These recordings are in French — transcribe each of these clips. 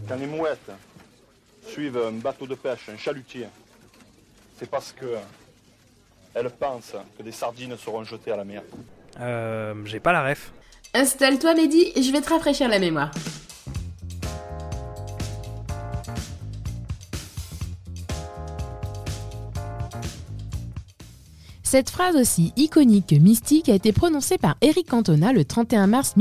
Quand les mouettes suivent un bateau de pêche, un chalutier, c'est parce que elles pensent que des sardines seront jetées à la mer. J'ai pas la ref. Installe-toi Mehdi, je vais te rafraîchir la mémoire. Cette phrase aussi iconique que mystique a été prononcée par Eric Cantona le 31 mars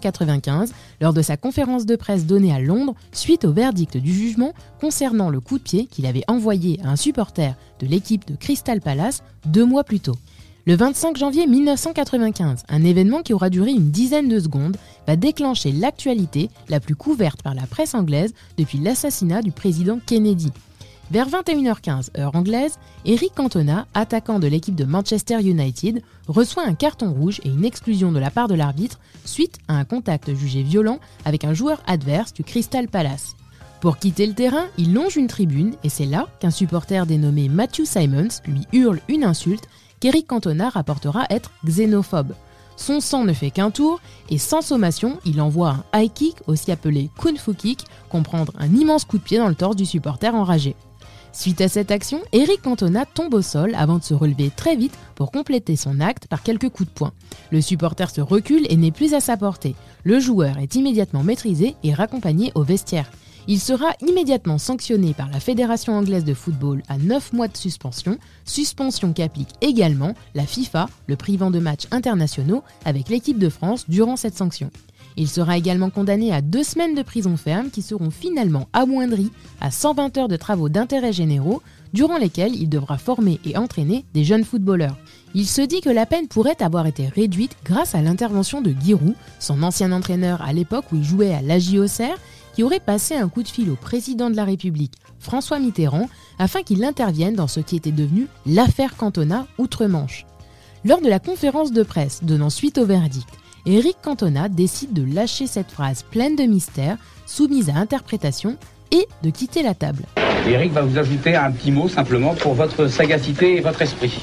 1995 lors de sa conférence de presse donnée à Londres suite au verdict du jugement concernant le coup de pied qu'il avait envoyé à un supporter de l'équipe de Crystal Palace 2 mois plus tôt. Le 25 janvier 1995, un événement qui aura duré une dizaine de secondes va déclencher l'actualité la plus couverte par la presse anglaise depuis l'assassinat du président Kennedy. Vers 21h15, heure anglaise, Eric Cantona, attaquant de l'équipe de Manchester United, reçoit un carton rouge et une exclusion de la part de l'arbitre suite à un contact jugé violent avec un joueur adverse du Crystal Palace. Pour quitter le terrain, il longe une tribune et c'est là qu'un supporter dénommé Matthew Simons lui hurle une insulte qu'Eric Cantona rapportera être xénophobe. Son sang ne fait qu'un tour et sans sommation, il envoie un high kick, aussi appelé kung fu kick, comprendre un immense coup de pied dans le torse du supporter enragé. Suite à cette action, Eric Cantona tombe au sol avant de se relever très vite pour compléter son acte par quelques coups de poing. Le supporter se recule et n'est plus à sa portée. Le joueur est immédiatement maîtrisé et raccompagné au vestiaire. Il sera immédiatement sanctionné par la Fédération anglaise de football à 9 mois de suspension qu'applique également la FIFA, le privant de matchs internationaux avec l'équipe de France durant cette sanction. Il sera également condamné à 2 semaines de prison ferme qui seront finalement amoindries à 120 heures de travaux d'intérêt généraux durant lesquels il devra former et entraîner des jeunes footballeurs. Il se dit que la peine pourrait avoir été réduite grâce à l'intervention de Giroud, son ancien entraîneur à l'époque où il jouait à l'AJ Auxerre, qui aurait passé un coup de fil au président de la République, François Mitterrand, afin qu'il intervienne dans ce qui était devenu l'affaire Cantona outre-Manche. Lors de la conférence de presse donnant suite au verdict, Eric Cantona décide de lâcher cette phrase pleine de mystère, soumise à interprétation, et de quitter la table. Eric va vous ajouter un petit mot simplement pour votre sagacité et votre esprit.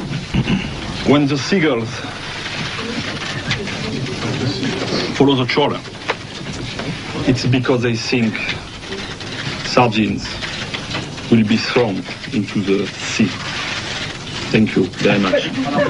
When the seagulls follow the trawler, it's because they think sardines will be thrown into the sea. Thank you very much.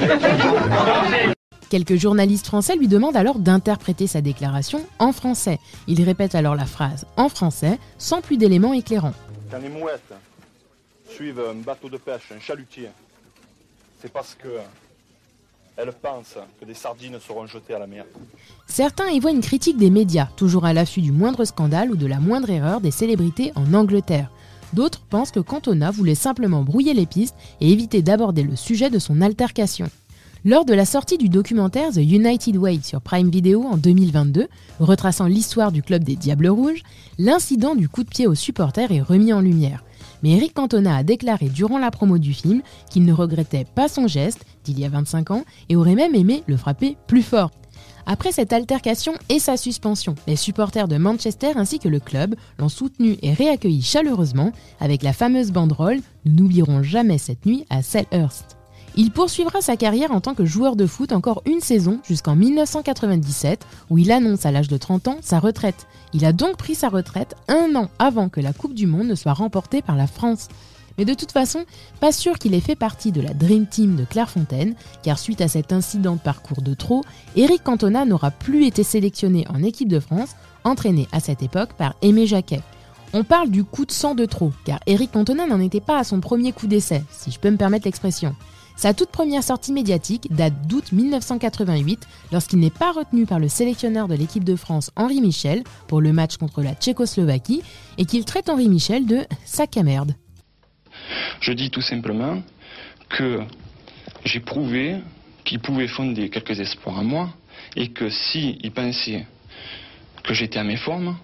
Quelques journalistes français lui demandent alors d'interpréter sa déclaration en français. Il répète alors la phrase en français, sans plus d'éléments éclairants. Quand les mouettes suivent un bateau de pêche, un chalutier, c'est parce que elles pensent que des sardines seront jetées à la mer. Certains y voient une critique des médias, toujours à l'affût du moindre scandale ou de la moindre erreur des célébrités en Angleterre. D'autres pensent que Cantona voulait simplement brouiller les pistes et éviter d'aborder le sujet de son altercation. Lors de la sortie du documentaire The United Way sur Prime Video en 2022, retraçant l'histoire du club des Diables Rouges, l'incident du coup de pied aux supporters est remis en lumière. Mais Eric Cantona a déclaré durant la promo du film qu'il ne regrettait pas son geste d'il y a 25 ans et aurait même aimé le frapper plus fort. Après cette altercation et sa suspension, les supporters de Manchester ainsi que le club l'ont soutenu et réaccueilli chaleureusement avec la fameuse banderole « Nous n'oublierons jamais cette nuit à Selhurst ». Il poursuivra sa carrière en tant que joueur de foot encore une saison jusqu'en 1997 où il annonce à l'âge de 30 ans sa retraite. Il a donc pris sa retraite 1 an avant que la Coupe du Monde ne soit remportée par la France. Mais de toute façon, pas sûr qu'il ait fait partie de la Dream Team de Clairefontaine, car suite à cet incident de parcours de trop, Eric Cantona n'aura plus été sélectionné en équipe de France, entraîné à cette époque par Aimé Jacquet. On parle du coup de sang de trop, car Eric Cantona n'en était pas à son premier coup d'essai, si je peux me permettre l'expression. Sa toute première sortie médiatique date d'août 1988, lorsqu'il n'est pas retenu par le sélectionneur de l'équipe de France Henri Michel pour le match contre la Tchécoslovaquie et qu'il traite Henri Michel de « sac à merde ». Je dis tout simplement que j'ai prouvé qu'il pouvait fonder quelques espoirs en moi et que s'il pensait que j'étais à mes formes,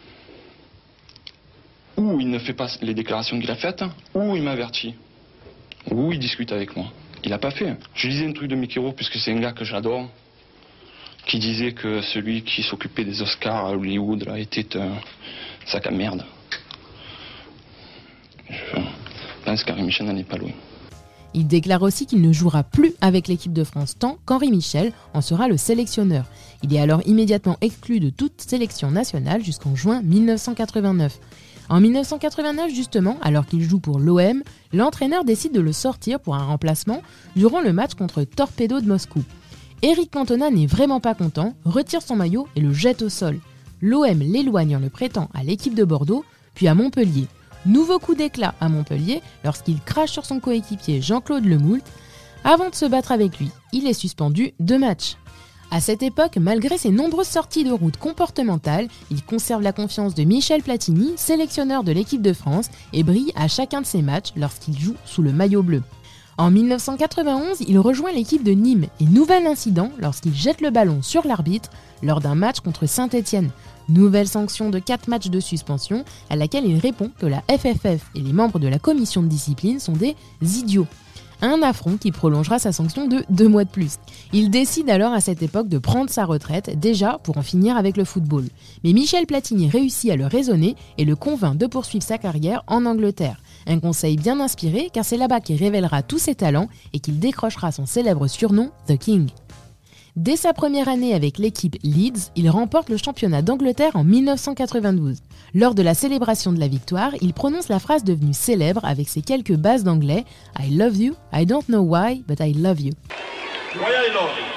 ou il ne fait pas les déclarations qu'il a faites, ou il m'avertit. Oui, il discute avec moi. Il n'a pas fait. Je lisais un truc de Mikiro, puisque c'est un gars que j'adore, qui disait que celui qui s'occupait des Oscars à Hollywood là, était un sac à merde. Je pense qu'Henri Michel n'en est pas loin. Il déclare aussi qu'il ne jouera plus avec l'équipe de France tant qu'Henri Michel en sera le sélectionneur. Il est alors immédiatement exclu de toute sélection nationale jusqu'en juin 1989. En 1989 justement, alors qu'il joue pour l'OM, l'entraîneur décide de le sortir pour un remplacement durant le match contre Torpedo de Moscou. Éric Cantona n'est vraiment pas content, retire son maillot et le jette au sol. L'OM l'éloigne en le prêtant à l'équipe de Bordeaux, puis à Montpellier. Nouveau coup d'éclat à Montpellier lorsqu'il crache sur son coéquipier Jean-Claude Lemoult. Avant de se battre avec lui, il est suspendu 2 matchs. À cette époque, malgré ses nombreuses sorties de route comportementales, il conserve la confiance de Michel Platini, sélectionneur de l'équipe de France, et brille à chacun de ses matchs lorsqu'il joue sous le maillot bleu. En 1991, il rejoint l'équipe de Nîmes et nouvel incident lorsqu'il jette le ballon sur l'arbitre lors d'un match contre Saint-Étienne. Nouvelle sanction de 4 matchs de suspension à laquelle il répond que la FFF et les membres de la commission de discipline sont des idiots. Un affront qui prolongera sa sanction de 2 mois de plus. Il décide alors à cette époque de prendre sa retraite, déjà pour en finir avec le football. Mais Michel Platini réussit à le raisonner et le convainc de poursuivre sa carrière en Angleterre. Un conseil bien inspiré car c'est là-bas qu'il révélera tous ses talents et qu'il décrochera son célèbre surnom The King. Dès sa première année avec l'équipe Leeds, il remporte le championnat d'Angleterre en 1992. Lors de la célébration de la victoire, il prononce la phrase devenue célèbre avec ses quelques bases d'anglais « I love you, I don't know why, but I love you ». Why I love you?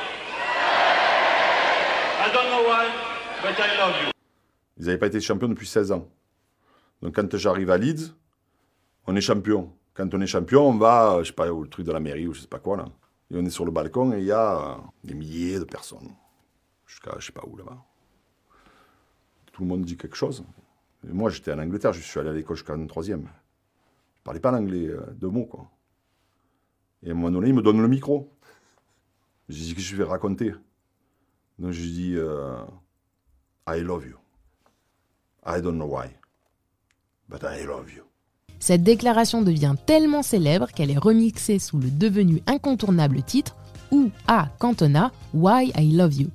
I don't know why, but I love you. Ils n'avaient pas été champions depuis 16 ans. Donc quand j'arrive à Leeds, on est champion. Quand on est champion, on va, je sais pas, au truc de la mairie ou je sais pas quoi là. Et on est sur le balcon et il y a des milliers de personnes. Jusqu'à je sais pas où là-bas. Tout le monde dit quelque chose. Et moi j'étais en Angleterre, je suis allé à l'école jusqu'en 3e. Je parlais pas l'anglais, 2 mots quoi. Et à un moment donné, il me donne le micro. Je dis que je vais raconter. Donc je dis I love you. I don't know why, but I love you. Cette déclaration devient tellement célèbre qu'elle est remixée sous le devenu incontournable titre Ou à Cantona, Why I Love You.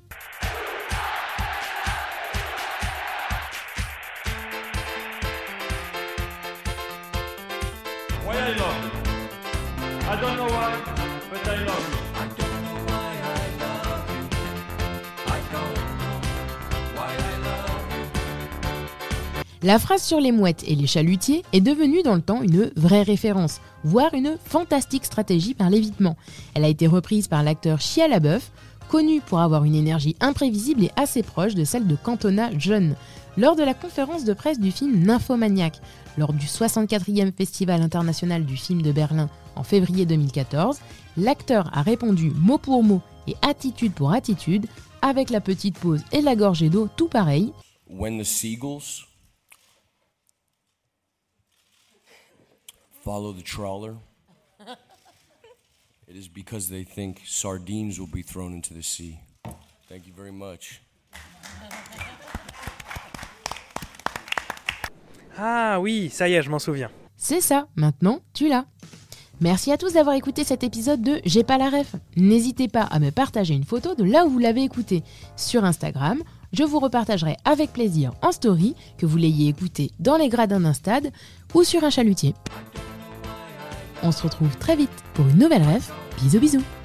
Why I love you? I don't know why, but I love you. I don't know why I love you. I don't know why I love you. La phrase sur les mouettes et les chalutiers est devenue dans le temps une vraie référence, voire une fantastique stratégie par l'évitement. Elle a été reprise par l'acteur Shia LaBeouf, connu pour avoir une énergie imprévisible et assez proche de celle de Cantona jeune. Lors de la conférence de presse du film Nymphomaniac, lors du 64e Festival international du film de Berlin en février 2014, l'acteur a répondu mot pour mot et attitude pour attitude, avec la petite pause et la gorgée d'eau tout pareil. When the seagulls follow the trawler, it is because they think sardines will be thrown into the sea. Thank you very much. Ah oui, ça y est, je m'en souviens. C'est ça, maintenant tu l'as. Merci à tous d'avoir écouté cet épisode de J'ai pas la ref. N'hésitez pas à me partager une photo de là où vous l'avez écouté. Sur Instagram, je vous repartagerai avec plaisir en story que vous l'ayez écouté dans les gradins d'un stade ou sur un chalutier. On se retrouve très vite pour une nouvelle ref. Bisous bisous.